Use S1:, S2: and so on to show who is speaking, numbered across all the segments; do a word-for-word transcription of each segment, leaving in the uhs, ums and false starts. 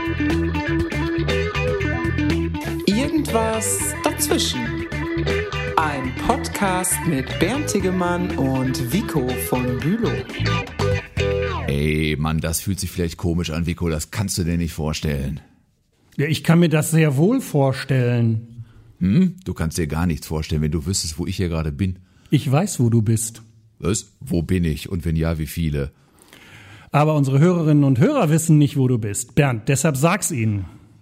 S1: Irgendwas dazwischen. Ein Podcast mit Bernd Tiggemann und Vico von Bülow.
S2: Ey, Mann, das fühlt sich vielleicht komisch an, Vico, das kannst du dir nicht vorstellen.
S3: Ja, ich kann mir das sehr wohl vorstellen.
S2: Hm? Du kannst dir gar nichts vorstellen, wenn du wüsstest, wo ich hier gerade bin.
S3: Ich weiß, wo du bist.
S2: Was? Wo bin ich? Und wenn ja, wie viele?
S3: Aber unsere Hörerinnen und Hörer wissen nicht, wo du bist. Bernd, deshalb sag's ihnen.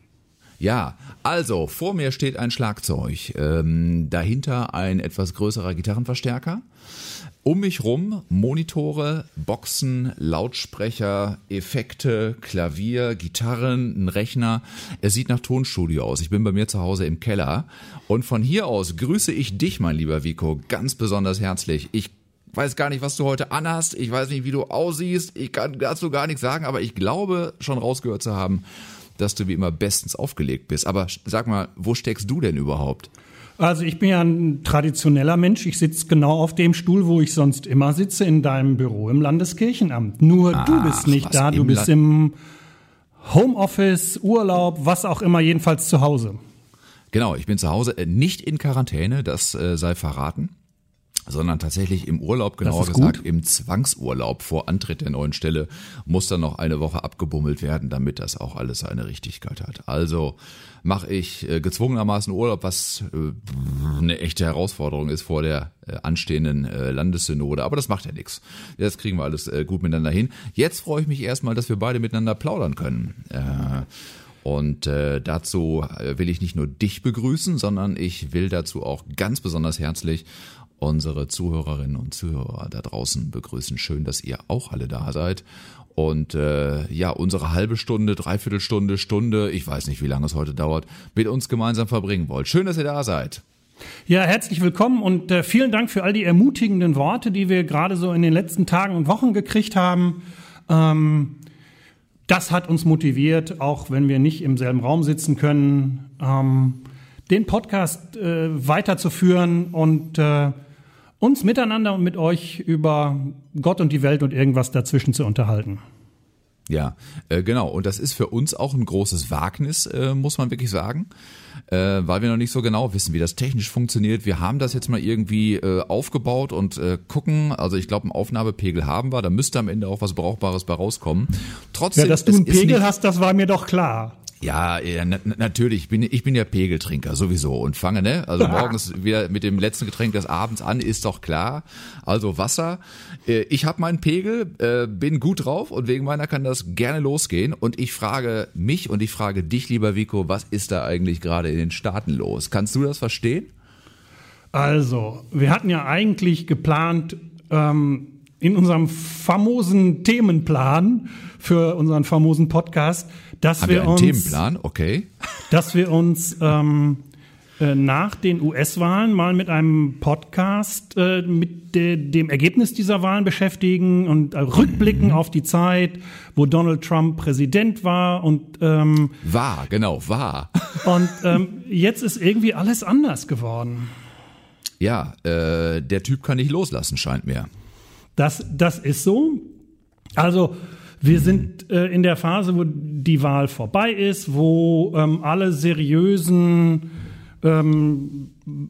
S2: Ja, also, vor mir steht ein Schlagzeug, ähm, dahinter ein etwas größerer Gitarrenverstärker, um mich rum Monitore, Boxen, Lautsprecher, Effekte, Klavier, Gitarren, ein Rechner. Es sieht nach Tonstudio aus. Ich bin bei mir zu Hause im Keller und von hier aus grüße ich dich, mein lieber Vico, ganz besonders herzlich. Ich weiß gar nicht, was du heute anhast, ich weiß nicht, wie du aussiehst, ich kann dazu gar nichts sagen, aber ich glaube schon rausgehört zu haben, dass du wie immer bestens aufgelegt bist. Aber sag mal, wo steckst du denn überhaupt?
S3: Also ich bin ja ein traditioneller Mensch. Ich sitze genau auf dem Stuhl, wo ich sonst immer sitze, in deinem Büro im Landeskirchenamt. Nur Ach, du bist nicht da, du bist La- im Homeoffice, Urlaub, was auch immer, jedenfalls zu Hause.
S2: Genau, ich bin zu Hause, nicht in Quarantäne, das äh, sei verraten, sondern tatsächlich im Urlaub, genauer gesagt im Zwangsurlaub vor Antritt der neuen Stelle, muss dann noch eine Woche abgebummelt werden, damit das auch alles seine Richtigkeit hat. Also mache ich äh, gezwungenermaßen Urlaub, was äh, eine echte Herausforderung ist vor der äh, anstehenden äh, Landessynode, aber das macht ja nichts. Das kriegen wir alles äh, gut miteinander hin. Jetzt freue ich mich erstmal, dass wir beide miteinander plaudern können. Äh, Und äh, dazu will ich nicht nur dich begrüßen, sondern ich will dazu auch ganz besonders herzlich unsere Zuhörerinnen und Zuhörer da draußen begrüßen. Schön, dass ihr auch alle da seid. Und äh, ja, unsere halbe Stunde, Dreiviertelstunde, Stunde, ich weiß nicht, wie lange es heute dauert, mit uns gemeinsam verbringen wollt. Schön, dass ihr da seid.
S3: Ja, herzlich willkommen und äh, vielen Dank für all die ermutigenden Worte, die wir gerade so in den letzten Tagen und Wochen gekriegt haben. Ähm, das hat uns motiviert, auch wenn wir nicht im selben Raum sitzen können, ähm, den Podcast äh, weiterzuführen und äh, uns miteinander und mit euch über Gott und die Welt und irgendwas dazwischen zu unterhalten.
S2: Ja, äh, genau. Und das ist für uns auch ein großes Wagnis, äh, muss man wirklich sagen, äh, weil wir noch nicht so genau wissen, wie das technisch funktioniert. Wir haben das jetzt mal irgendwie äh, aufgebaut und äh, gucken. Also ich glaube, einen Aufnahmepegel haben wir. Da müsste am Ende auch was Brauchbares bei rauskommen. Trotzdem,
S3: ja, dass du einen Pegel hast, das war mir doch klar.
S2: Ja, ja, na, natürlich. Ich bin, ich bin ja Pegeltrinker sowieso und fange, ne? Also morgens wieder mit dem letzten Getränk des Abends an, ist doch klar. Also Wasser. Ich habe meinen Pegel, bin gut drauf und wegen meiner kann das gerne losgehen. Und ich frage mich und ich frage dich, lieber Vico, was ist da eigentlich gerade in den Staaten los? Kannst du das verstehen?
S3: Also, wir hatten ja eigentlich geplant, ähm, in unserem famosen Themenplan für unseren famosen Podcast, dass
S2: Haben
S3: wir,
S2: wir einen
S3: uns,
S2: Themenplan, okay,
S3: dass wir uns ähm, äh, nach den U S-Wahlen mal mit einem Podcast äh, mit de, dem Ergebnis dieser Wahlen beschäftigen und äh, rückblicken mhm. auf die Zeit, wo Donald Trump Präsident war und ähm,
S2: war, genau, war.
S3: Und ähm, jetzt ist irgendwie alles anders geworden.
S2: Ja, äh, der Typ kann nicht loslassen, scheint mir.
S3: Das, das ist so. Also wir sind äh, in der Phase, wo die Wahl vorbei ist, wo ähm, alle seriösen ähm,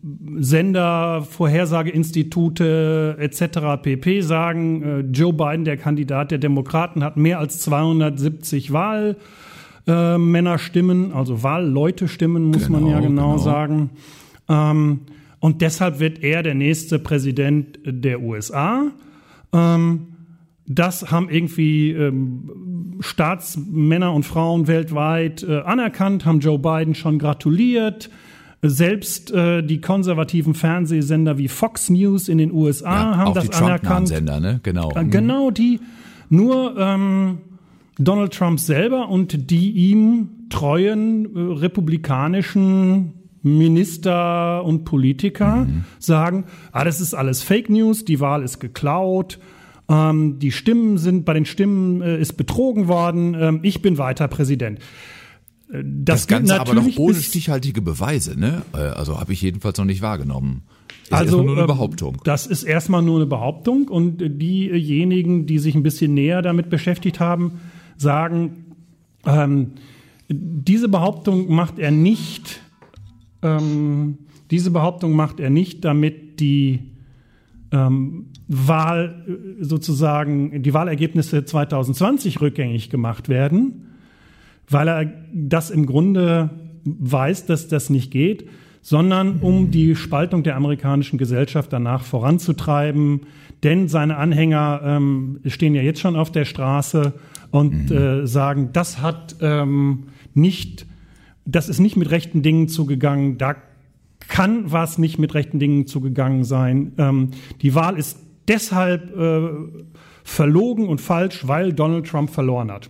S3: Sender, Vorhersageinstitute et cetera pp. Sagen, äh, Joe Biden, der Kandidat der Demokraten, hat mehr als zweihundertsiebzig Wahlmännerstimmen, äh, also Wahlleute-Stimmen, muss genau, man ja genau, genau. sagen. Ähm, und deshalb wird er der nächste Präsident der U S A. Ähm, Das haben irgendwie ähm, Staatsmänner und Frauen weltweit äh, anerkannt, haben Joe Biden schon gratuliert. Selbst äh, die konservativen Fernsehsender wie Fox News in den U S A
S2: ja,
S3: haben
S2: auch
S3: das
S2: die
S3: anerkannt.
S2: Trump-Sender, ne? Genau.
S3: Äh, genau die. Nur ähm, Donald Trump selber und die ihm treuen äh, republikanischen Minister und Politiker mhm. sagen, ah, das ist alles Fake News, die Wahl ist geklaut. Ähm, die Stimmen sind, bei den Stimmen äh, ist betrogen worden, ähm, ich bin weiter Präsident. Äh, das,
S2: das Ganze aber noch ohne
S3: bis,
S2: stichhaltige Beweise, ne? Äh, also habe ich jedenfalls noch nicht wahrgenommen. Ist
S3: also
S2: nur eine
S3: ähm,
S2: Behauptung.
S3: Das ist erstmal nur eine Behauptung und diejenigen, die sich ein bisschen näher damit beschäftigt haben, sagen, ähm, diese Behauptung macht er nicht, ähm, diese Behauptung macht er nicht, damit die ähm, Wahl sozusagen, die Wahlergebnisse zwanzig zwanzig rückgängig gemacht werden, weil er das im Grunde weiß, dass das nicht geht, sondern um die Spaltung der amerikanischen Gesellschaft danach voranzutreiben. Denn seine Anhänger ähm, stehen ja jetzt schon auf der Straße und mhm. äh, sagen, das hat ähm, nicht, das ist nicht mit rechten Dingen zugegangen, da kann was nicht mit rechten Dingen zugegangen sein. Ähm, die Wahl ist deshalb äh, verlogen und falsch, weil Donald Trump verloren hat.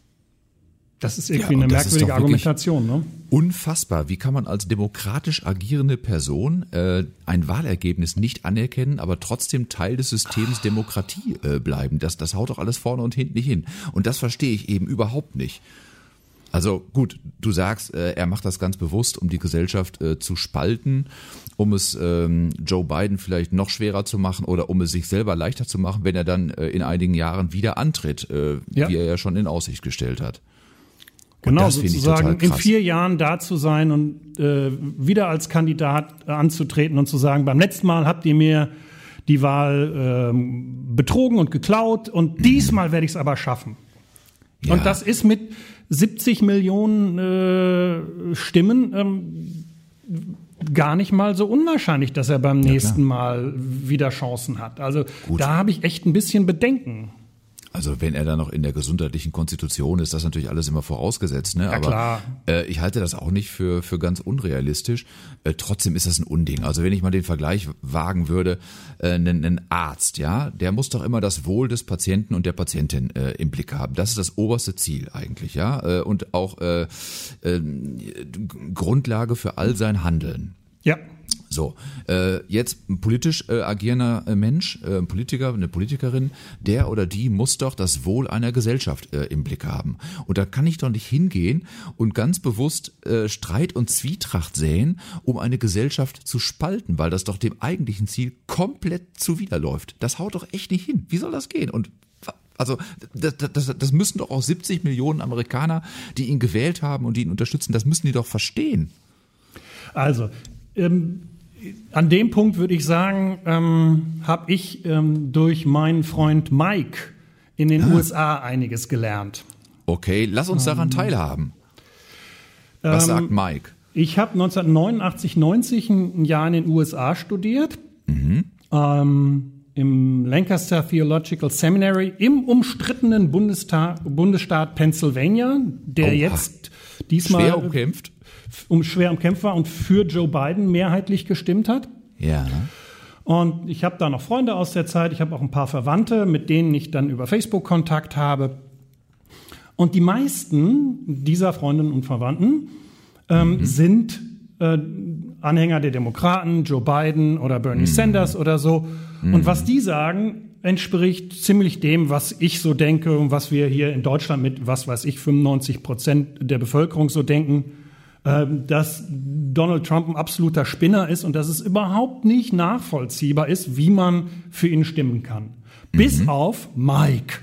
S3: Das ist irgendwie ja, eine merkwürdige Argumentation, ne?
S2: Unfassbar. Wie kann man als demokratisch agierende Person äh, ein Wahlergebnis nicht anerkennen, aber trotzdem Teil des Systems Demokratie äh, bleiben? Das, das haut doch alles vorne und hinten nicht hin. Und das verstehe ich eben überhaupt nicht. Also gut, du sagst, äh, er macht das ganz bewusst, um die Gesellschaft äh, zu spalten, um es ähm, Joe Biden vielleicht noch schwerer zu machen oder um es sich selber leichter zu machen, wenn er dann äh, in einigen Jahren wieder antritt, äh, ja. wie er ja schon in Aussicht gestellt hat. Und
S3: genau, sozusagen in vier Jahren da zu sein und äh, wieder als Kandidat anzutreten und zu sagen, beim letzten Mal habt ihr mir die Wahl ähm, betrogen und geklaut und diesmal werde ich es aber schaffen. Ja. Und das ist mit siebzig Millionen äh, Stimmen ähm, gar nicht mal so unwahrscheinlich, dass er beim nächsten ja, Mal wieder Chancen hat. Also Gut. da habe ich echt ein bisschen Bedenken.
S2: Also wenn er da noch in der gesundheitlichen Konstitution ist, das natürlich alles immer vorausgesetzt, ne?
S3: Ja,
S2: aber
S3: klar.
S2: Äh, ich halte das auch nicht für für ganz unrealistisch. Äh, trotzdem ist das ein Unding. Also wenn ich mal den Vergleich wagen würde, äh, einen, einen Arzt, ja, der muss doch immer das Wohl des Patienten und der Patientin äh, im Blick haben. Das ist das oberste Ziel eigentlich, ja, äh, und auch äh, äh, Grundlage für all sein Handeln.
S3: Ja.
S2: So, äh, jetzt ein politisch äh, agierender äh, Mensch, äh, ein Politiker, eine Politikerin, der oder die muss doch das Wohl einer Gesellschaft äh, im Blick haben. Und da kann ich doch nicht hingehen und ganz bewusst äh, Streit und Zwietracht säen, um eine Gesellschaft zu spalten, weil das doch dem eigentlichen Ziel komplett zuwiderläuft. Das haut doch echt nicht hin. Wie soll das gehen? Und also das, das, das müssen doch auch siebzig Millionen Amerikaner, die ihn gewählt haben und die ihn unterstützen, das müssen die doch verstehen.
S3: Also, ähm an dem Punkt würde ich sagen, ähm, habe ich ähm, durch meinen Freund Mike in den ah. U S A einiges gelernt.
S2: Okay, lass uns daran ähm, teilhaben. Was ähm, sagt Mike?
S3: Ich habe neunzehnhundertneunundachtzig, neunzig ein Jahr in den U S A studiert, mhm. ähm, im Lancaster Theological Seminary im umstrittenen Bundesstaat, Bundesstaat Pennsylvania, der Oha. jetzt diesmal
S2: schwer umkämpft.
S3: um schwer umkämpft war und für Joe Biden mehrheitlich gestimmt hat.
S2: Ja.
S3: Und ich habe da noch Freunde aus der Zeit, ich habe auch ein paar Verwandte, mit denen ich dann über Facebook Kontakt habe. Und die meisten dieser Freundinnen und Verwandten ähm, mhm. sind äh, Anhänger der Demokraten, Joe Biden oder Bernie mhm. Sanders oder so. Mhm. Und was die sagen, entspricht ziemlich dem, was ich so denke und was wir hier in Deutschland mit, was weiß ich, fünfundneunzig Prozent der Bevölkerung so denken, dass Donald Trump ein absoluter Spinner ist und dass es überhaupt nicht nachvollziehbar ist, wie man für ihn stimmen kann. Mhm. Bis auf Mike.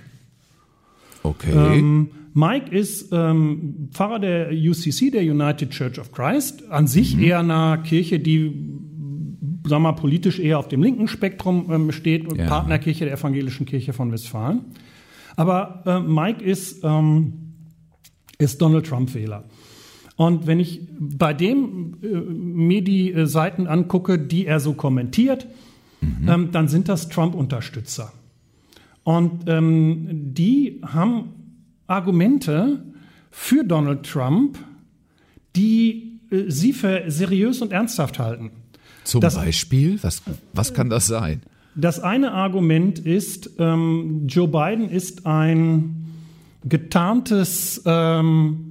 S2: Okay.
S3: Ähm, Mike ist ähm, Pfarrer der U C C, der United Church of Christ, an sich mhm. eher einer Kirche, die, sagen wir mal, politisch eher auf dem linken Spektrum ähm, steht und ja. Partnerkirche der Evangelischen Kirche von Westfalen. Aber äh, Mike ist, ähm, ist Donald Trump-Wähler. Und wenn ich bei dem äh, mir die äh, Seiten angucke, die er so kommentiert, mhm. ähm, dann sind das Trump-Unterstützer. Und ähm, die haben Argumente für Donald Trump, die äh, sie für seriös und ernsthaft halten.
S2: Zum das, Beispiel? Was, was kann das sein?
S3: Das eine Argument ist, ähm, Joe Biden ist ein getarntes ähm,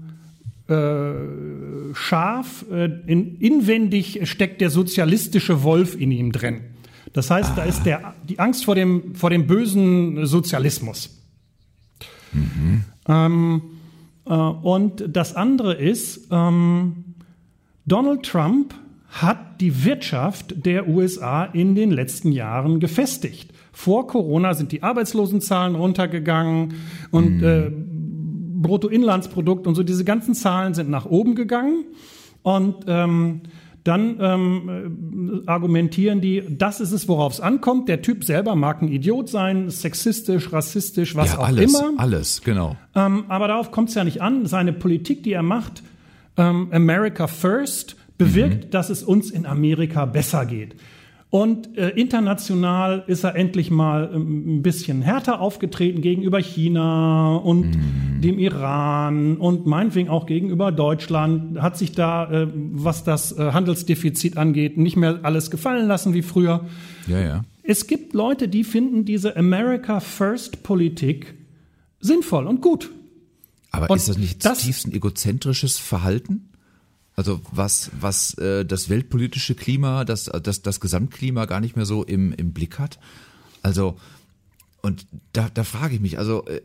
S3: Schaf, in, inwendig steckt der sozialistische Wolf in ihm drin. Das heißt, ah. da ist der, die Angst vor dem, vor dem bösen Sozialismus. Mhm. Ähm, äh, und das andere ist, ähm, Donald Trump hat die Wirtschaft der U S A in den letzten Jahren gefestigt. Vor Corona sind die Arbeitslosenzahlen runtergegangen und mhm. äh, Bruttoinlandsprodukt und so, diese ganzen Zahlen sind nach oben gegangen. Und ähm, dann ähm, argumentieren die, das ist es, worauf es ankommt. Der Typ selber mag ein Idiot sein, sexistisch, rassistisch, was
S2: ja,
S3: auch
S2: alles,
S3: immer.
S2: alles, genau.
S3: Ähm, aber darauf kommt es ja nicht an. Seine Politik, die er macht, ähm, America First, bewirkt, mhm. dass es uns in Amerika besser geht. Und äh, international ist er endlich mal ähm, ein bisschen härter aufgetreten gegenüber China und mm. dem Iran und meinetwegen auch gegenüber Deutschland. Hat sich da, äh, was das äh, Handelsdefizit angeht, nicht mehr alles gefallen lassen wie früher.
S2: Ja, ja.
S3: Es gibt Leute, die finden diese America First Politik sinnvoll und gut.
S2: Aber und ist das nicht
S3: das,
S2: zutiefst ein egozentrisches Verhalten? Also was was äh, das weltpolitische Klima, das das das Gesamtklima gar nicht mehr so im im Blick hat. Also und da da frage ich mich, also äh,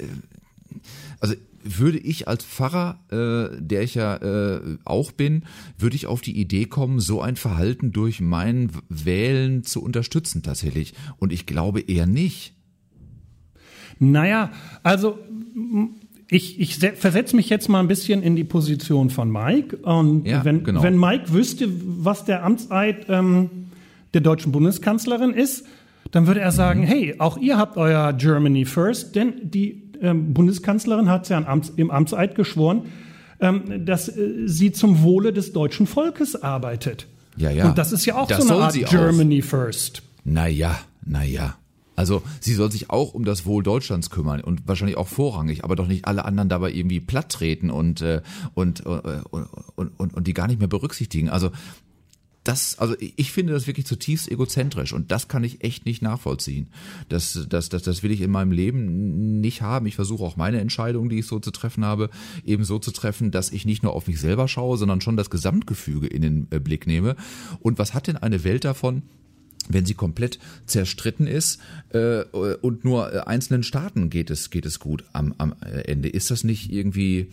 S2: also würde ich als Pfarrer, äh, der ich ja äh, auch bin, würde ich auf die Idee kommen, so ein Verhalten durch mein Wählen zu unterstützen tatsächlich? Und ich glaube eher nicht.
S3: Naja, also Ich, ich versetze mich jetzt mal ein bisschen in die Position von Mike. Und
S2: ja,
S3: wenn,
S2: genau.
S3: wenn Mike wüsste, was der Amtseid ähm, der deutschen Bundeskanzlerin ist, dann würde er sagen, mhm. hey, auch ihr habt euer Germany First, denn die ähm, Bundeskanzlerin hat ja Amts, im Amtseid geschworen, ähm, dass äh, sie zum Wohle des deutschen Volkes arbeitet.
S2: Ja, ja.
S3: Und das ist ja auch
S2: das
S3: so eine Art Germany
S2: auch.
S3: First.
S2: Naja, naja. Also sie soll sich auch um das Wohl Deutschlands kümmern und wahrscheinlich auch vorrangig, aber doch nicht alle anderen dabei irgendwie platt treten und äh, und, äh, und, und und und die gar nicht mehr berücksichtigen. Also das, also ich finde das wirklich zutiefst egozentrisch und das kann ich echt nicht nachvollziehen. Das, das, das, das will ich in meinem Leben nicht haben. Ich versuche auch meine Entscheidungen, die ich so zu treffen habe, eben so zu treffen, dass ich nicht nur auf mich selber schaue, sondern schon das Gesamtgefüge in den Blick nehme. Und was hat denn eine Welt davon, wenn sie komplett zerstritten ist äh, und nur einzelnen Staaten geht es geht es gut am, am Ende? Ist das nicht irgendwie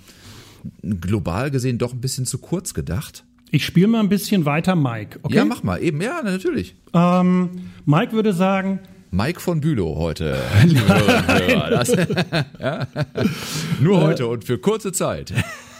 S2: global gesehen doch ein bisschen zu kurz gedacht?
S3: Ich spiele mal ein bisschen weiter Mike, okay?
S2: Ja, mach mal, eben, ja, natürlich.
S3: Ähm, Mike würde sagen...
S2: Mike von Bülow heute. das, ja. Nur heute äh, und für kurze Zeit.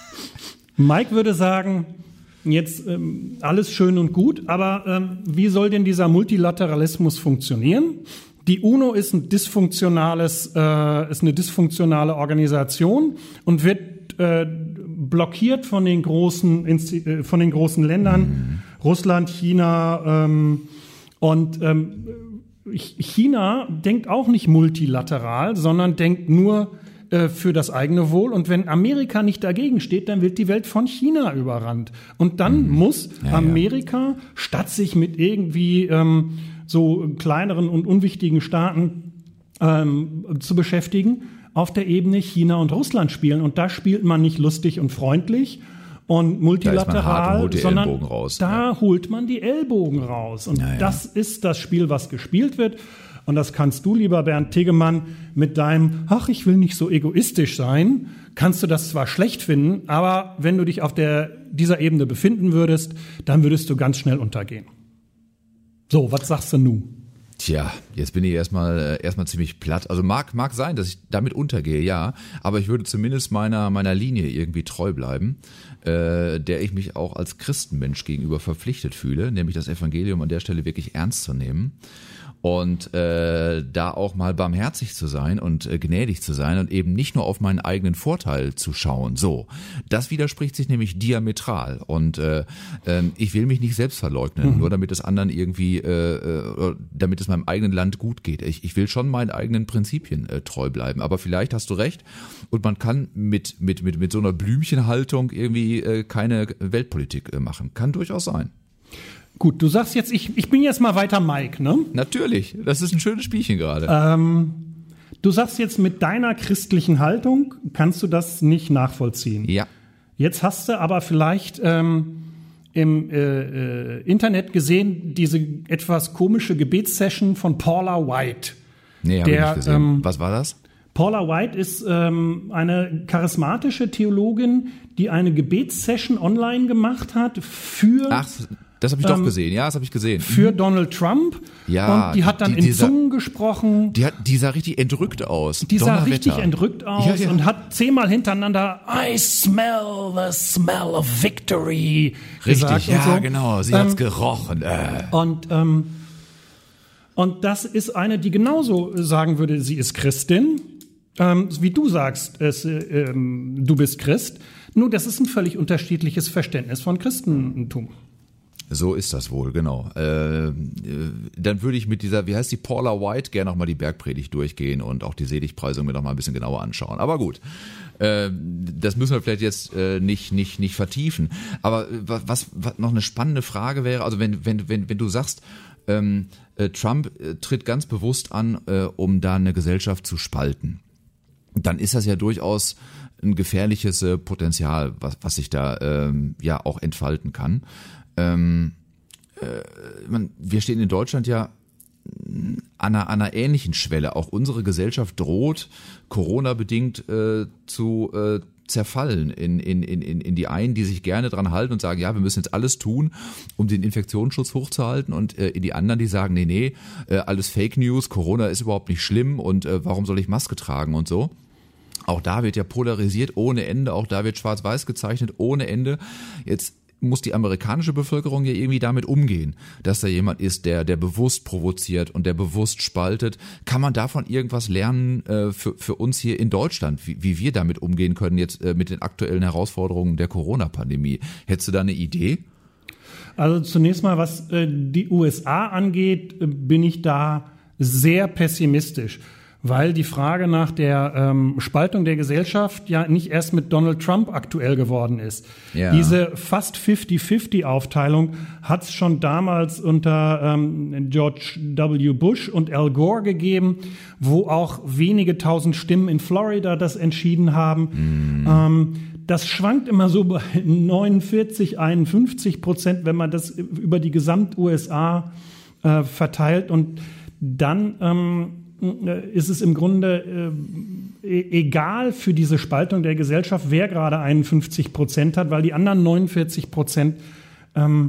S3: Mike würde sagen... Jetzt ähm, alles schön und gut, aber ähm, wie soll denn dieser Multilateralismus funktionieren? Die UNO ist ein dysfunktionales, äh, ist eine dysfunktionale Organisation und wird äh, blockiert von den großen, äh, von den großen Ländern, mhm. Russland, China ähm, und ähm, China denkt auch nicht multilateral, sondern denkt nur für das eigene Wohl. Und wenn Amerika nicht dagegen steht, dann wird die Welt von China überrannt. Und dann mhm. muss ja, Amerika, ja. statt sich mit irgendwie ähm, so kleineren und unwichtigen Staaten ähm, zu beschäftigen, auf der Ebene China und Russland spielen. Und da spielt man nicht lustig und freundlich und multilateral,
S2: da sondern raus,
S3: da
S2: ja.
S3: holt man die Ellbogen raus. Und ja, das ist das Spiel, was gespielt wird. Und das kannst du, lieber Bernd Tegemann, mit deinem, ach, ich will nicht so egoistisch sein, kannst du das zwar schlecht finden, aber wenn du dich auf der, dieser Ebene befinden würdest, dann würdest du ganz schnell untergehen. So, was sagst du nun?
S2: Tja, jetzt bin ich erstmal erstmal ziemlich platt. Also mag mag sein, dass ich damit untergehe, ja, aber ich würde zumindest meiner meiner Linie irgendwie treu bleiben, äh, der ich mich auch als Christenmensch gegenüber verpflichtet fühle, nämlich das Evangelium an der Stelle wirklich ernst zu nehmen. Und äh, da auch mal barmherzig zu sein und äh, gnädig zu sein und eben nicht nur auf meinen eigenen Vorteil zu schauen. So, das widerspricht sich nämlich diametral. Und äh, äh, ich will mich nicht selbst verleugnen, mhm. nur damit es anderen irgendwie, äh, damit es meinem eigenen Land gut geht. Ich, ich will schon meinen eigenen Prinzipien äh, treu bleiben. Aber vielleicht hast du recht und man kann mit mit mit mit so einer Blümchenhaltung irgendwie äh, keine Weltpolitik äh, machen. Kann durchaus sein.
S3: Gut, du sagst jetzt, ich, ich bin jetzt mal weiter Mike, ne?
S2: Natürlich, das ist ein schönes Spielchen gerade.
S3: Ähm, du sagst jetzt, mit deiner christlichen Haltung kannst du das nicht nachvollziehen.
S2: Ja.
S3: Jetzt hast du aber vielleicht ähm, im äh, äh, Internet gesehen, diese etwas komische Gebetssession von Paula White.
S2: Nee, habe ich nicht gesehen. Ähm, Was war das?
S3: Paula White ist ähm, eine charismatische Theologin, die eine Gebetssession online gemacht hat für...
S2: Ach, Das habe ich ähm, doch gesehen, ja, das habe ich gesehen.
S3: Für mhm. Donald Trump.
S2: Ja.
S3: Und die hat dann die, in dieser, Zungen gesprochen.
S2: Die, hat, die sah richtig entrückt aus.
S3: Die sah richtig entrückt aus ja, ja. und hat zehnmal hintereinander I smell the smell of victory
S2: richtig,
S3: gesagt.
S2: Ja,
S3: und so.
S2: genau, sie
S3: ähm,
S2: hat's gerochen. Äh.
S3: Und, ähm, und das ist eine, die genauso sagen würde, sie ist Christin. Ähm, wie du sagst, es, äh, ähm, du bist Christ. Nur das ist ein völlig unterschiedliches Verständnis von Christentum.
S2: So ist das wohl, genau. Äh, dann würde ich mit dieser, wie heißt die, Paula White, gerne noch mal die Bergpredigt durchgehen und auch die Seligpreisung mir noch mal ein bisschen genauer anschauen. Aber gut, äh, das müssen wir vielleicht jetzt äh, nicht nicht nicht vertiefen. Aber was, was noch eine spannende Frage wäre, also wenn wenn wenn wenn du sagst, ähm, äh, Trump äh, tritt ganz bewusst an, äh, um da eine Gesellschaft zu spalten, dann ist das ja durchaus ein gefährliches äh, Potenzial, was was sich da ähm, ja auch entfalten kann. Ähm, äh, man, wir stehen in Deutschland ja an einer, an einer ähnlichen Schwelle. Auch unsere Gesellschaft droht, Corona-bedingt äh, zu äh, zerfallen in, in, in, in die einen, die sich gerne dran halten und sagen, ja, wir müssen jetzt alles tun, um den Infektionsschutz hochzuhalten, und äh, in die anderen, die sagen, nee, nee, äh, alles Fake News, Corona ist überhaupt nicht schlimm und äh, warum soll ich Maske tragen und so. Auch da wird ja polarisiert ohne Ende, auch da wird schwarz-weiß gezeichnet ohne Ende. Jetzt muss die amerikanische Bevölkerung ja irgendwie damit umgehen, dass da jemand ist, der der bewusst provoziert und der bewusst spaltet. Kann man davon irgendwas lernen äh, für für uns hier in Deutschland, wie, wie wir damit umgehen können jetzt äh, mit den aktuellen Herausforderungen der Corona-Pandemie? Hättest du da eine Idee?
S3: Also zunächst mal, was äh, die U S A angeht, äh, bin ich da sehr pessimistisch. Weil die Frage nach der ähm, Spaltung der Gesellschaft ja nicht erst mit Donald Trump aktuell geworden ist. Ja. Diese fast fifty-fifty-Aufteilung hat es schon damals unter ähm, George W. Bush und Al Gore gegeben, wo auch wenige tausend Stimmen in Florida das entschieden haben. Mhm. Ähm, das schwankt immer so bei neunundvierzig, einundfünfzig Prozent, wenn man das über die Gesamt-U S A äh, verteilt. Und dann ähm, ist es im Grunde äh, egal für diese Spaltung der Gesellschaft, wer gerade einundfünfzig Prozent hat, weil die anderen neunundvierzig Prozent ähm,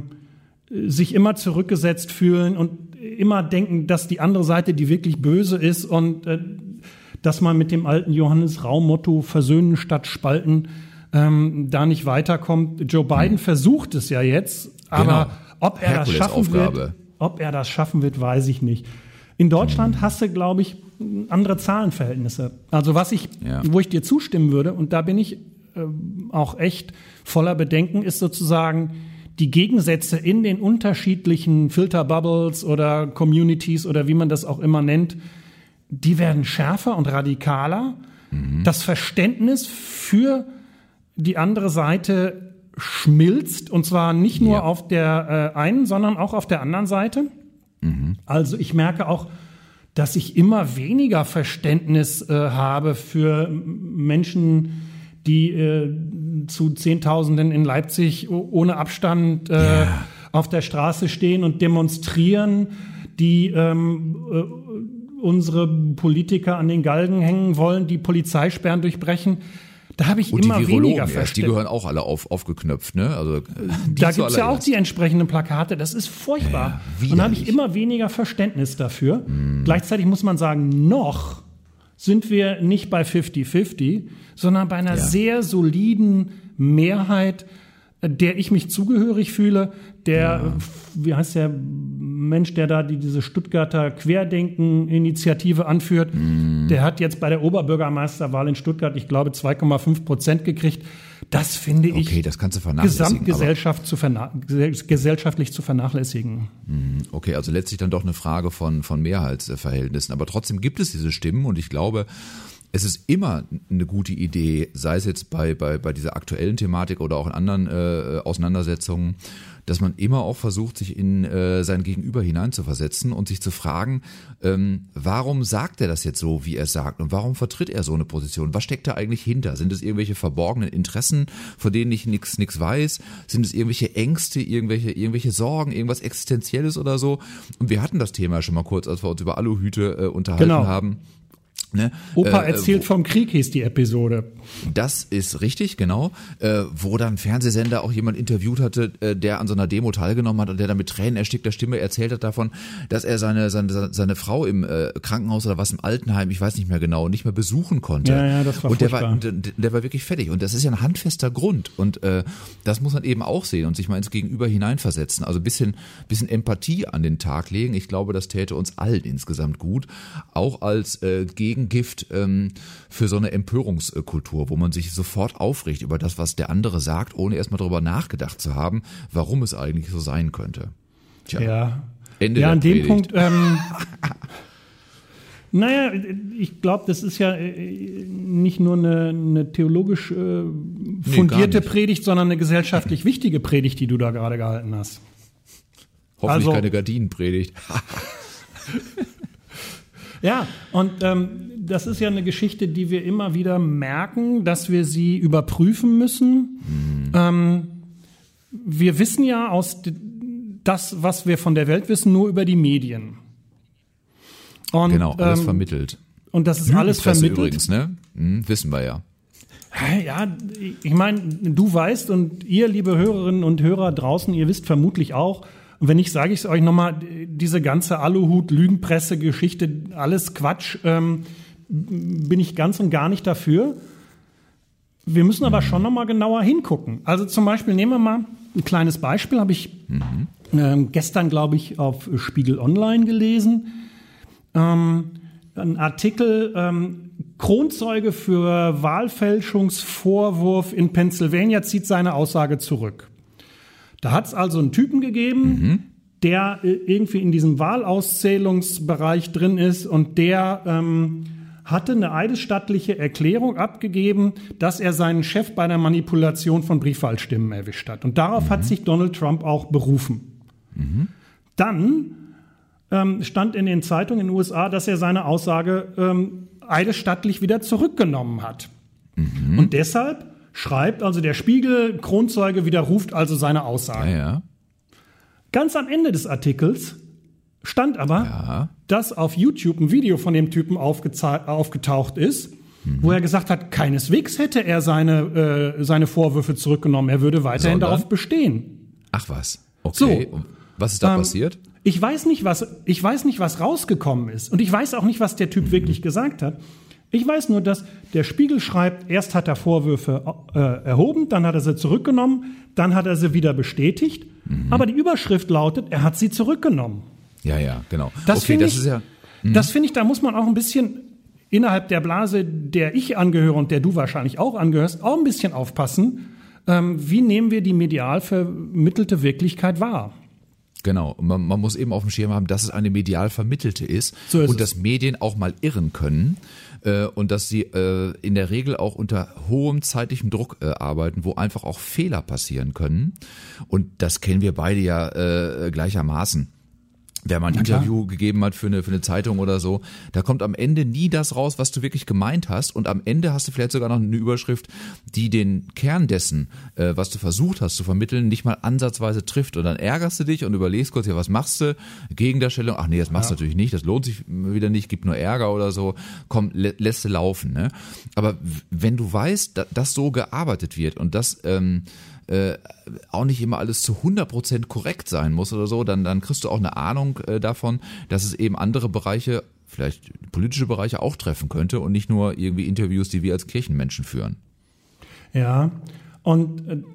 S3: sich immer zurückgesetzt fühlen und immer denken, dass die andere Seite die wirklich böse ist und äh, dass man mit dem alten Johannes Rau-Motto versöhnen statt spalten ähm, da nicht weiterkommt. Joe Biden hm. versucht es ja jetzt, aber genau. ob er das schaffen wird, ob er das schaffen wird, weiß ich nicht. In Deutschland hast du, glaube ich, andere Zahlenverhältnisse. Also was ich, ja. wo ich dir zustimmen würde, und da bin ich äh, auch echt voller Bedenken, ist sozusagen die Gegensätze in den unterschiedlichen Filterbubbles oder Communities oder wie man das auch immer nennt, die werden schärfer und radikaler. Mhm. Das Verständnis für die andere Seite schmilzt, und zwar nicht nur ja. auf der äh, einen, sondern auch auf der anderen Seite. Also ich merke auch, dass ich immer weniger Verständnis äh, habe für Menschen, die äh, zu Zehntausenden in Leipzig ohne Abstand äh, yeah. auf der Straße stehen und demonstrieren, die ähm, äh, unsere Politiker an den Galgen hängen wollen, die Polizeisperren durchbrechen. Da habe ich
S2: und
S3: immer
S2: die
S3: weniger
S2: Verständnis. Die gehören auch alle auf, aufgeknöpft, ne? Also
S3: da gibt's ja auch die entsprechenden Plakate. Das ist furchtbar. Ja, und da habe ich immer weniger Verständnis dafür. Mm. Gleichzeitig muss man sagen, noch sind wir nicht bei fifty-fifty, sondern bei einer ja. sehr soliden Mehrheit, der ich mich zugehörig fühle, der, ja. wie heißt der Mensch, der da die, diese Stuttgarter Querdenken-Initiative anführt, mm. der hat jetzt bei der Oberbürgermeisterwahl in Stuttgart, ich glaube, zwei Komma fünf Prozent gekriegt. Das finde ich
S2: okay, das kannst du vernachlässigen,
S3: Gesamtgesellschaft zu verna- gesellschaftlich zu vernachlässigen.
S2: Okay, also letztlich dann doch eine Frage von, von Mehrheitsverhältnissen. Aber trotzdem gibt es diese Stimmen, und ich glaube, es ist immer eine gute Idee, sei es jetzt bei, bei, bei dieser aktuellen Thematik oder auch in anderen äh, Auseinandersetzungen, dass man immer auch versucht, sich in äh, sein Gegenüber hineinzuversetzen und sich zu fragen, ähm, warum sagt er das jetzt so, wie er es sagt, und warum vertritt er so eine Position? Was steckt da eigentlich hinter? Sind es irgendwelche verborgenen Interessen, von denen ich nichts nichts weiß? Sind es irgendwelche Ängste, irgendwelche irgendwelche Sorgen, irgendwas Existenzielles oder so? Und wir hatten das Thema schon mal kurz, als wir uns über Aluhüte äh, unterhalten genau. haben. Ne?
S3: Opa
S2: äh,
S3: erzählt
S2: wo,
S3: vom Krieg hieß die Episode.
S2: Das ist richtig, genau. Äh, wo dann Fernsehsender auch jemand interviewt hatte, äh, der an so einer Demo teilgenommen hat und der dann mit Tränen erstickter Stimme erzählt hat davon, dass er seine seine, seine Frau im äh, Krankenhaus oder was im Altenheim, ich weiß nicht mehr genau, nicht mehr besuchen konnte.
S3: Ja, ja, das war
S2: und der
S3: furchtbar.
S2: war, der, der war wirklich fertig. Und das ist ja ein handfester Grund. Und äh, das muss man eben auch sehen und sich mal ins Gegenüber hineinversetzen. Also ein bisschen, bisschen Empathie an den Tag legen. Ich glaube, das täte uns allen insgesamt gut. Auch als äh, Gegen Gift ähm, für so eine Empörungskultur, wo man sich sofort aufregt über das, was der andere sagt, ohne erstmal darüber nachgedacht zu haben, warum es eigentlich so sein könnte. Tja,
S3: ja,
S2: Ende
S3: ja
S2: der
S3: an dem
S2: Predigt.
S3: Punkt, ähm, naja, ich glaube, das ist ja äh, nicht nur eine, eine theologisch äh, fundierte
S2: nicht.
S3: Predigt, sondern eine gesellschaftlich wichtige Predigt, die du da gerade gehalten hast.
S2: Hoffentlich
S3: also,
S2: keine Gardinenpredigt.
S3: Ja, und ähm, das ist ja eine Geschichte, die wir immer wieder merken, dass wir sie überprüfen müssen. Mhm. Ähm, wir wissen ja aus d- das, was wir von der Welt wissen, nur über die Medien. Und,
S2: Genau, alles
S3: ähm,
S2: vermittelt.
S3: Und das ist alles
S2: Lügenpresse
S3: vermittelt.
S2: übrigens, ne? Hm, wissen wir ja.
S3: Ja, ich meine, du weißt und ihr, liebe Hörerinnen und Hörer draußen, ihr wisst vermutlich auch, und wenn nicht, sage ich es euch nochmal, diese ganze Aluhut-Lügenpresse-Geschichte, alles Quatsch, ähm, bin ich ganz und gar nicht dafür. Wir müssen aber schon nochmal genauer hingucken. Also zum Beispiel, nehmen wir mal ein kleines Beispiel, habe ich mhm. ähm, gestern, glaube ich, auf Spiegel Online gelesen. Ähm, ein Artikel, ähm, Kronzeuge für Wahlfälschungsvorwurf in Pennsylvania zieht seine Aussage zurück. Da hat es also einen Typen gegeben, mhm. der irgendwie in diesem Wahlauszählungsbereich drin ist und der ähm, hatte eine eidesstattliche Erklärung abgegeben, dass er seinen Chef bei der Manipulation von Briefwahlstimmen erwischt hat. Und darauf mhm. hat sich Donald Trump auch berufen. Mhm. Dann ähm, stand in den Zeitungen in den U S A, dass er seine Aussage ähm, eidesstattlich wieder zurückgenommen hat. Mhm. Und deshalb schreibt also der Spiegel, Kronzeuge widerruft also seine Aussage.
S2: Ja, ja.
S3: Ganz am Ende des Artikels stand aber,
S2: ja.
S3: dass auf YouTube ein Video von dem Typen aufgeza- aufgetaucht ist, mhm. wo er gesagt hat, keineswegs hätte er seine, äh, seine Vorwürfe zurückgenommen. Er würde weiterhin
S2: Sondern?
S3: darauf bestehen.
S2: Ach was, okay.
S3: So,
S2: was ist da
S3: ähm,
S2: passiert?
S3: Ich weiß nicht, was, ich weiß nicht, was rausgekommen ist. Und ich weiß auch nicht, was der Typ mhm. wirklich gesagt hat. Ich weiß nur, dass der Spiegel schreibt, erst hat er Vorwürfe äh, erhoben, dann hat er sie zurückgenommen, dann hat er sie wieder bestätigt. Mhm. Aber die Überschrift lautet, er hat sie zurückgenommen.
S2: Ja, ja, genau.
S3: Das
S2: okay, das
S3: ich,
S2: ist ja. Mh.
S3: Das finde ich, da muss man auch ein bisschen innerhalb der Blase, der ich angehöre und der du wahrscheinlich auch angehörst, auch ein bisschen aufpassen. Ähm, wie nehmen wir die medial vermittelte Wirklichkeit wahr?
S2: Genau, man, man muss eben auf dem Schirm haben, dass es eine medial vermittelte ist,
S3: so ist
S2: und
S3: es.
S2: dass Medien auch mal irren können äh, und dass sie äh, in der Regel auch unter hohem zeitlichem Druck äh, arbeiten, wo einfach auch Fehler passieren können. Und das kennen wir beide ja äh, gleichermaßen. Wer mal ein Interview gegeben hat für eine, für eine Zeitung oder so, da kommt am Ende nie das raus, was du wirklich gemeint hast. Und am Ende hast du vielleicht sogar noch eine Überschrift, die den Kern dessen, äh, was du versucht hast zu vermitteln, nicht mal ansatzweise trifft. Und dann ärgerst du dich und überlegst kurz, ja, was machst du? Gegendarstellung, ach nee, das machst du ja. natürlich nicht, das lohnt sich wieder nicht, gibt nur Ärger oder so. Komm, lä- lässt du laufen. Ne? Aber wenn du weißt, da, dass so gearbeitet wird und das ähm, Äh, auch nicht immer alles zu hundert Prozent korrekt sein muss oder so, dann, dann kriegst du auch eine Ahnung äh, davon, dass es eben andere Bereiche, vielleicht politische Bereiche auch treffen könnte und nicht nur irgendwie Interviews, die wir als Kirchenmenschen führen.
S3: Ja, und äh,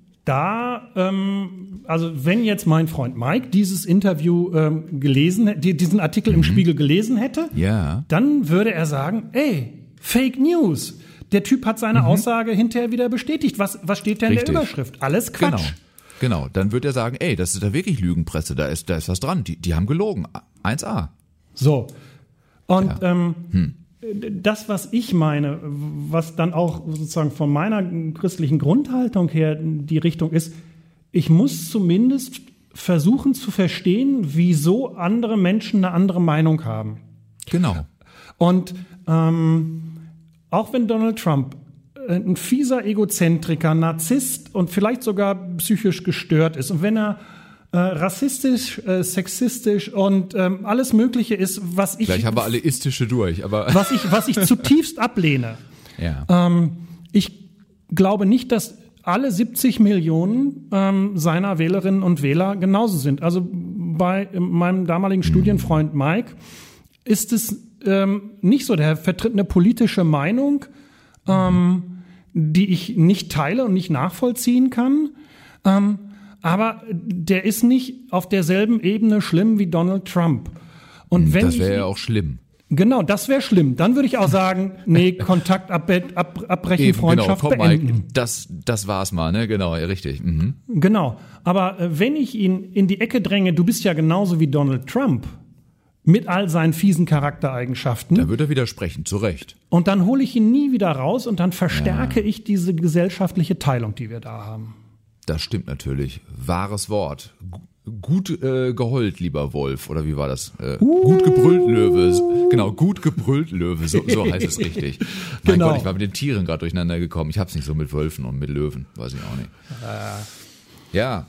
S3: da, ähm, also wenn jetzt mein Freund Mike dieses Interview ähm, gelesen, die, diesen Artikel mhm. im Spiegel gelesen hätte,
S2: ja.
S3: dann würde er sagen, ey, Fake News. Der Typ hat seine mhm. Aussage hinterher wieder bestätigt. Was, was steht da in
S2: Richtig.
S3: der Überschrift? Alles Quatsch.
S2: Genau. Genau, dann wird er sagen, ey, das ist da wirklich Lügenpresse, da ist, da ist was dran, die, die haben gelogen, eins a.
S3: So, und
S2: ja.
S3: ähm,
S2: hm.
S3: das, was ich meine, was dann auch sozusagen von meiner christlichen Grundhaltung her die Richtung ist, ich muss zumindest versuchen zu verstehen, wieso andere Menschen eine andere Meinung haben.
S2: Genau.
S3: Und ähm, auch wenn Donald Trump ein fieser Egozentriker, Narzisst und vielleicht sogar psychisch gestört ist und wenn er äh, rassistisch, äh, sexistisch und ähm, alles Mögliche ist, was ich...
S2: Vielleicht haben wir alle Istische durch, aber...
S3: was ich, was ich zutiefst ablehne.
S2: Ja.
S3: Ähm, ich glaube nicht, dass alle siebzig Millionen ähm, seiner Wählerinnen und Wähler genauso sind. Also bei meinem damaligen Studienfreund Mike ist es ähm, nicht so. Der vertritt eine politische Meinung, ähm, die ich nicht teile und nicht nachvollziehen kann. Ähm, aber der ist nicht auf derselben Ebene schlimm wie Donald Trump. Und wenn
S2: das wäre
S3: ich,
S2: ja auch schlimm.
S3: Genau, das wäre schlimm. Dann würde ich auch sagen, nee, Kontakt abbe- ab, abbrechen, Eben, Freundschaft
S2: genau, komm,
S3: beenden.
S2: Mike, das, das war's mal, ne? Genau, ja, richtig. Mhm.
S3: Genau. Aber äh, wenn ich ihn in die Ecke dränge, du bist ja genauso wie Donald Trump, mit all seinen fiesen Charaktereigenschaften.
S2: Da wird er widersprechen, zu Recht.
S3: Und dann hole ich ihn nie wieder raus und dann verstärke ja. ich diese gesellschaftliche Teilung, die wir da haben.
S2: Das stimmt natürlich. Wahres Wort. Gut äh, geheult, lieber Wolf, oder wie war das? Äh, uh. Gut gebrüllt, Löwe. Genau, gut gebrüllt, Löwe, so, so heißt es richtig. Mein
S3: genau.
S2: Gott, ich war mit den Tieren gerade durcheinander gekommen. Ich hab's nicht so mit Wölfen und mit Löwen, weiß ich auch nicht. Äh. Ja.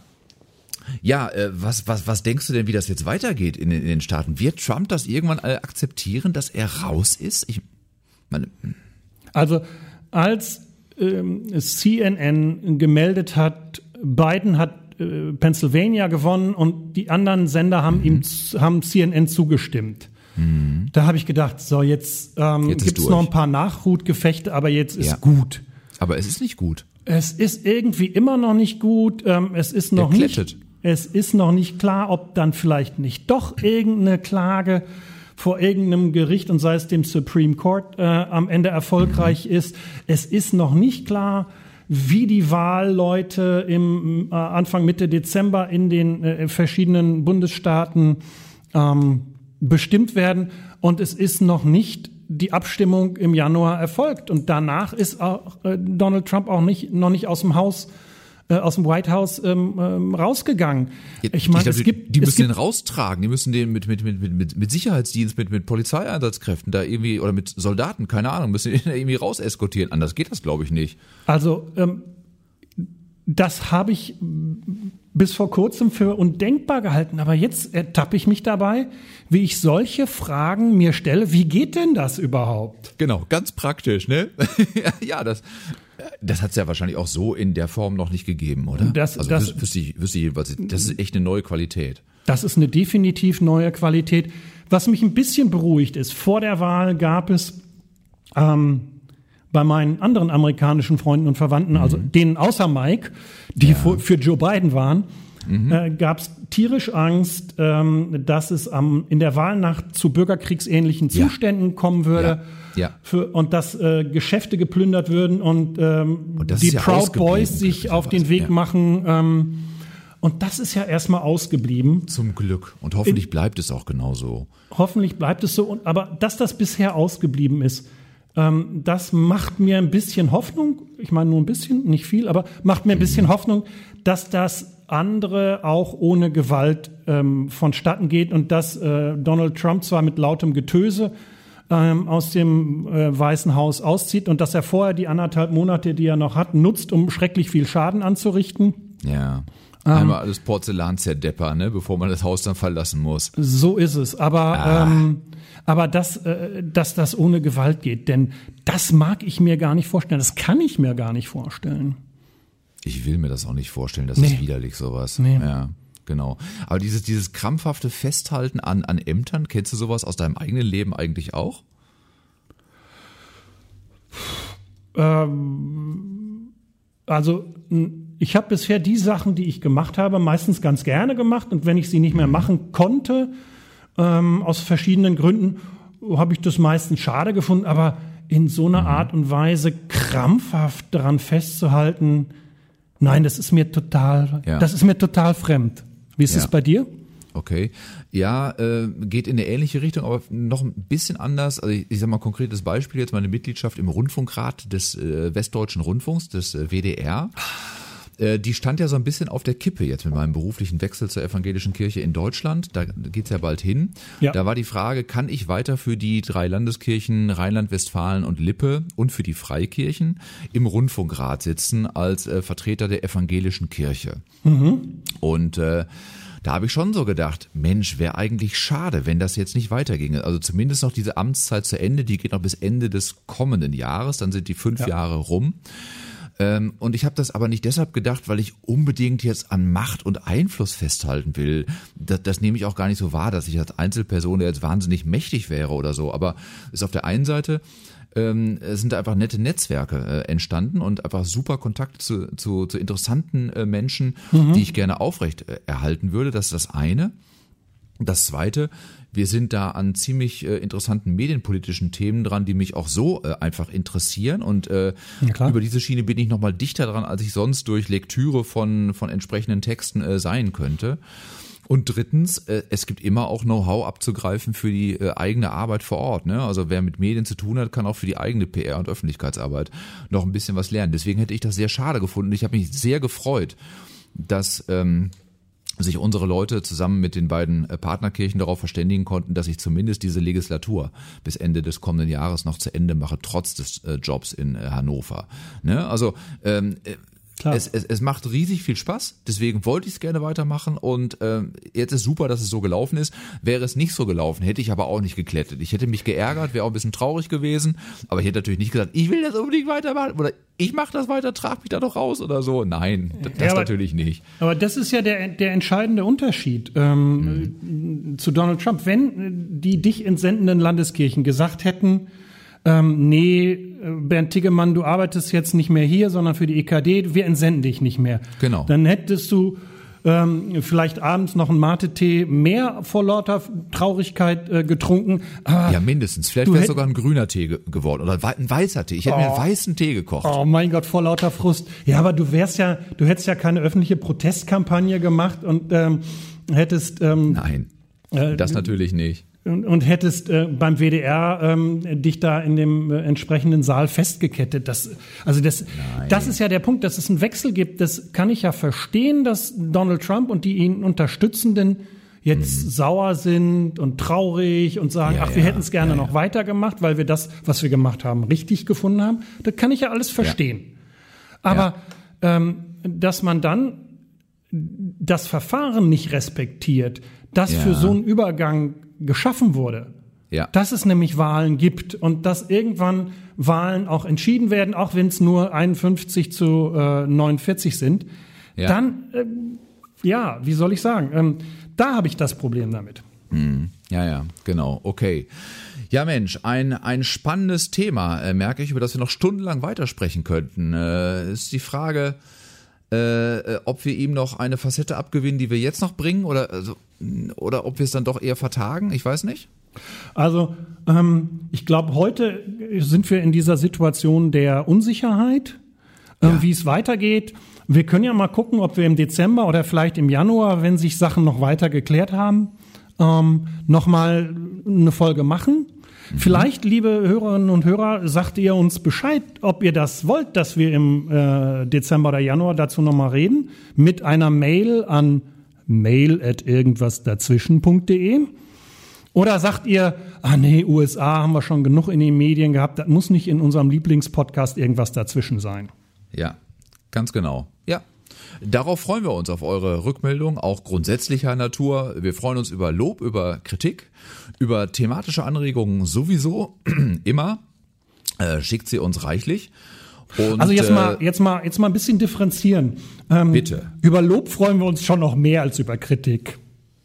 S2: Ja, äh, was, was, was denkst du denn, wie das jetzt weitergeht in, in den Staaten? Wird Trump das irgendwann alle akzeptieren, dass er raus ist? Ich meine...
S3: Also, als ähm, C N N gemeldet hat, Biden hat Pennsylvania gewonnen und die anderen Sender haben mhm. ihm haben C N N zugestimmt. Mhm. Da habe ich gedacht, so jetzt, ähm, jetzt gibt es noch ein paar Nachhutgefechte, aber jetzt ist
S2: ja.
S3: gut.
S2: Aber es ist nicht gut.
S3: Es ist irgendwie immer noch nicht gut. Ähm, es ist noch nicht. Es ist noch nicht klar, ob dann vielleicht nicht doch irgendeine Klage vor irgendeinem Gericht und sei es dem Supreme Court äh, am Ende erfolgreich mhm. ist. Es ist noch nicht klar, wie die Wahlleute im äh, Anfang Mitte Dezember in den äh, verschiedenen Bundesstaaten ähm, bestimmt werden. Und es ist noch nicht die Abstimmung im Januar erfolgt. Und danach ist auch äh, Donald Trump auch nicht noch nicht aus dem Haus, äh, aus dem White House ähm, ähm, rausgegangen.
S2: Ich meine, es gibt, die müssen es gibt, den raustragen. Die müssen den mit mit mit mit mit Sicherheitsdienst, mit mit Polizeieinsatzkräften da irgendwie oder mit Soldaten, keine Ahnung, müssen den irgendwie raus eskortieren. Anders geht das, glaube ich, nicht.
S3: Also ähm, das habe ich bis vor kurzem für undenkbar gehalten, aber jetzt ertappe ich mich dabei, wie ich solche Fragen mir stelle. Wie geht denn das überhaupt?
S2: Genau, ganz praktisch, ne? Ja, das das hat es ja wahrscheinlich auch so in der Form noch nicht gegeben, oder? Das, also das, wüsste ich, wüsste ich jedenfalls, das ist echt eine neue Qualität.
S3: Das ist eine definitiv neue Qualität. Was mich ein bisschen beruhigt ist, vor der Wahl gab es ähm, bei meinen anderen amerikanischen Freunden und Verwandten, mhm. also denen außer Mike, die ja. für, für Joe Biden waren, mhm. äh, gab es tierisch Angst, ähm, dass es am, in der Wahlnacht zu bürgerkriegsähnlichen Zuständen ja. kommen würde.
S2: Ja. Ja.
S3: Für, und dass äh, Geschäfte geplündert würden und, ähm,
S2: und
S3: die
S2: ja
S3: Proud Boys sich auf den Weg ja. machen. Ähm, und das ist ja erstmal ausgeblieben.
S2: Zum Glück. Und hoffentlich bleibt es auch genauso.
S3: Hoffentlich bleibt es so. Und, aber dass das bisher ausgeblieben ist, ähm, das macht mir ein bisschen Hoffnung. Ich meine nur ein bisschen, nicht viel, aber macht mir ein bisschen mhm. Hoffnung, dass das andere auch ohne Gewalt ähm, vonstatten geht und dass äh, Donald Trump zwar mit lautem Getöse ähm, aus dem äh, Weißen Haus auszieht und dass er vorher die anderthalb Monate, die er noch hat, nutzt, um schrecklich viel Schaden anzurichten.
S2: Ja, einmal alles Porzellan zerdeppern, ne, bevor man das Haus dann verlassen muss.
S3: So ist es, aber ah. ähm, aber dass, äh, dass das ohne Gewalt geht, denn das mag ich mir gar nicht vorstellen, das kann ich mir gar nicht vorstellen.
S2: Ich will mir das auch nicht vorstellen, das
S3: nee.
S2: ist widerlich sowas.
S3: Nee.
S2: Ja. Genau. Aber dieses, dieses krampfhafte Festhalten an, an Ämtern, kennst du sowas aus deinem eigenen Leben eigentlich auch?
S3: Ähm, also ich habe bisher die Sachen, die ich gemacht habe, meistens ganz gerne gemacht. Und wenn ich sie nicht mehr machen konnte, ähm, aus verschiedenen Gründen, habe ich das meistens schade gefunden. Aber in so einer mhm. Art und Weise krampfhaft daran festzuhalten, nein, das ist mir total, ja. das ist mir total fremd. Wie ist es ja. bei dir?
S2: Okay, ja, äh, geht in eine ähnliche Richtung, aber noch ein bisschen anders. Also ich, ich sag mal konkretes Beispiel jetzt, meine Mitgliedschaft im Rundfunkrat des äh, Westdeutschen Rundfunks, des äh, W D R. Äh, die stand ja so ein bisschen auf der Kippe jetzt mit meinem beruflichen Wechsel zur evangelischen Kirche in Deutschland. Da geht's ja bald hin. Ja. Da war die Frage, kann ich weiter für die drei Landeskirchen Rheinland-Westfalen und Lippe und für die Freikirchen im Rundfunkrat sitzen als äh, Vertreter der evangelischen Kirche? Mhm. Und äh, da habe ich schon so gedacht, Mensch, wäre eigentlich schade, wenn das jetzt nicht weiterginge. Also zumindest noch diese Amtszeit zu Ende, die geht noch bis Ende des kommenden Jahres, dann sind die fünf ja. Jahre rum. Ähm, und ich habe das aber nicht deshalb gedacht, weil ich unbedingt jetzt an Macht und Einfluss festhalten will. Das, das nehme ich auch gar nicht so wahr, dass ich als Einzelperson jetzt wahnsinnig mächtig wäre oder so. Aber ist auf der einen Seite ähm, sind da einfach nette Netzwerke äh, entstanden und einfach super Kontakte zu, zu, zu interessanten äh, Menschen, mhm. die ich gerne aufrecht äh, erhalten würde. Das ist das eine. Das zweite, wir sind da an ziemlich äh, interessanten medienpolitischen Themen dran, die mich auch so äh, einfach interessieren und äh, ja, über diese Schiene bin ich noch mal dichter dran, als ich sonst durch Lektüre von von entsprechenden Texten äh, sein könnte. Und drittens, äh, es gibt immer auch Know-how abzugreifen für die äh, eigene Arbeit vor Ort. Ne? Also wer mit Medien zu tun hat, kann auch für die eigene P R und Öffentlichkeitsarbeit noch ein bisschen was lernen. Deswegen hätte ich das sehr schade gefunden. Ich habe mich sehr gefreut, dass ähm, sich unsere Leute zusammen mit den beiden Partnerkirchen darauf verständigen konnten, dass ich zumindest diese Legislatur bis Ende des kommenden Jahres noch zu Ende mache, trotz des äh, Jobs in äh, Hannover. Ne? Also ähm, es, es, es macht riesig viel Spaß, deswegen wollte ich es gerne weitermachen und äh, jetzt ist super, dass es so gelaufen ist. Wäre es nicht so gelaufen, hätte ich aber auch nicht geklettet. Ich hätte mich geärgert, wäre auch ein bisschen traurig gewesen, aber ich hätte natürlich nicht gesagt, ich will das unbedingt weitermachen oder ich mache das weiter, trag mich da doch raus oder so. Nein, das, das ja, aber, natürlich nicht.
S3: Aber das ist ja der, der entscheidende Unterschied ähm, mhm. zu Donald Trump. Wenn die dich entsendenden Landeskirchen gesagt hätten, ähm, nee, Bernd Tiggemann, du arbeitest jetzt nicht mehr hier, sondern für die E K D, wir entsenden dich nicht mehr.
S2: Genau.
S3: Dann hättest du ähm, vielleicht abends noch einen Mate-Tee mehr vor lauter Traurigkeit äh, getrunken.
S2: Aber ja, mindestens. Vielleicht wäre es sogar ein grüner Tee ge- geworden oder ein weißer Tee. Ich hätte oh. mir einen weißen Tee gekocht.
S3: Oh mein Gott, vor lauter Frust. Ja, aber du wärst ja, du hättest ja keine öffentliche Protestkampagne gemacht und ähm, hättest... Ähm,
S2: Nein, äh, das natürlich nicht.
S3: Und, und hättest äh, beim W D R ähm, dich da in dem äh, entsprechenden Saal festgekettet. Das, also das, das ist ja der Punkt, dass es einen Wechsel gibt. Das kann ich ja verstehen, dass Donald Trump und die ihn Unterstützenden jetzt mhm. sauer sind und traurig und sagen, ja, ach, wir ja, hätten es gerne ja, noch ja. weitergemacht, weil wir das, was wir gemacht haben, richtig gefunden haben. Das kann ich ja alles verstehen. Ja. Aber ja. Ähm, dass man dann das Verfahren nicht respektiert, das ja. für so einen Übergang geschaffen wurde, ja. dass es nämlich Wahlen gibt und dass irgendwann Wahlen auch entschieden werden, auch wenn es nur einundfünfzig zu neunundvierzig sind, ja. dann, äh, ja, wie soll ich sagen, ähm, da habe ich das Problem damit.
S2: Hm. Ja, ja, genau, okay. Ja Mensch, ein, ein spannendes Thema, äh, merke ich, über das wir noch stundenlang weitersprechen könnten. Äh, ist die Frage... Äh, ob wir ihm noch eine Facette abgewinnen, die wir jetzt noch bringen, oder, also, oder ob wir es dann doch eher vertagen, ich weiß nicht.
S3: Also ähm, ich glaube, heute sind wir in dieser Situation der Unsicherheit, äh, ja. wie es weitergeht. Wir können ja mal gucken, ob wir im Dezember oder vielleicht im Januar, wenn sich Sachen noch weiter geklärt haben, ähm, nochmal eine Folge machen. Mhm. Vielleicht, liebe Hörerinnen und Hörer, sagt ihr uns Bescheid, ob ihr das wollt, dass wir im äh, Dezember oder Januar dazu nochmal reden, mit einer Mail an mail at irgendwasdazwischen punkt de. Oder sagt ihr, ah nee, U S A haben wir schon genug in den Medien gehabt, das muss nicht in unserem Lieblingspodcast irgendwas dazwischen sein.
S2: Ja, ganz genau. Ja. Darauf freuen wir uns, auf eure Rückmeldung, auch grundsätzlicher Natur. Wir freuen uns über Lob, über Kritik, über thematische Anregungen sowieso, immer. Äh, schickt sie uns reichlich. Und,
S3: also jetzt mal, jetzt mal, jetzt mal ein bisschen differenzieren. Ähm,
S2: bitte.
S3: Über Lob freuen wir uns schon noch mehr als über Kritik.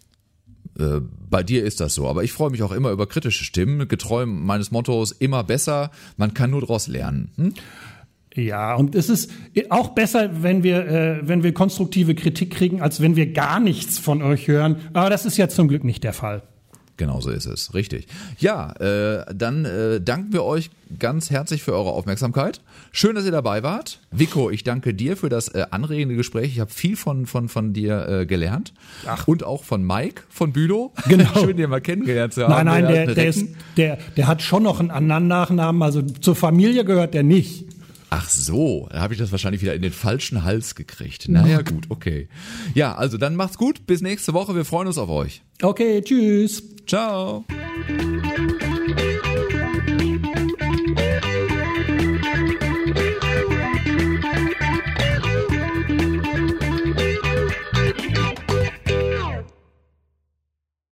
S2: Äh, bei dir ist das so, aber ich freue mich auch immer über kritische Stimmen, getreu meines Mottos, immer besser, man kann nur daraus lernen. Hm?
S3: Ja, und es ist auch besser, wenn wir, äh, wenn wir konstruktive Kritik kriegen, als wenn wir gar nichts von euch hören. Aber das ist ja zum Glück nicht der Fall.
S2: Genau so ist es, richtig. Ja, äh, dann äh, danken wir euch ganz herzlich für eure Aufmerksamkeit. Schön, dass ihr dabei wart. Vico, ich danke dir für das äh, anregende Gespräch. Ich habe viel von von von dir äh, gelernt. Ach. Und auch von Mike von Bülow.
S3: Genau.
S2: Schön, den mal kennengelernt zu haben.
S3: Nein, nein, der, der, der, ist, der, der hat schon noch einen anderen Nachnamen. Also zur Familie gehört der nicht.
S2: Ach so, da habe ich das wahrscheinlich wieder in den falschen Hals gekriegt. Naja, gut, okay. Ja, also dann macht's gut, bis nächste Woche, wir freuen uns auf euch.
S3: Okay, tschüss.
S2: Ciao.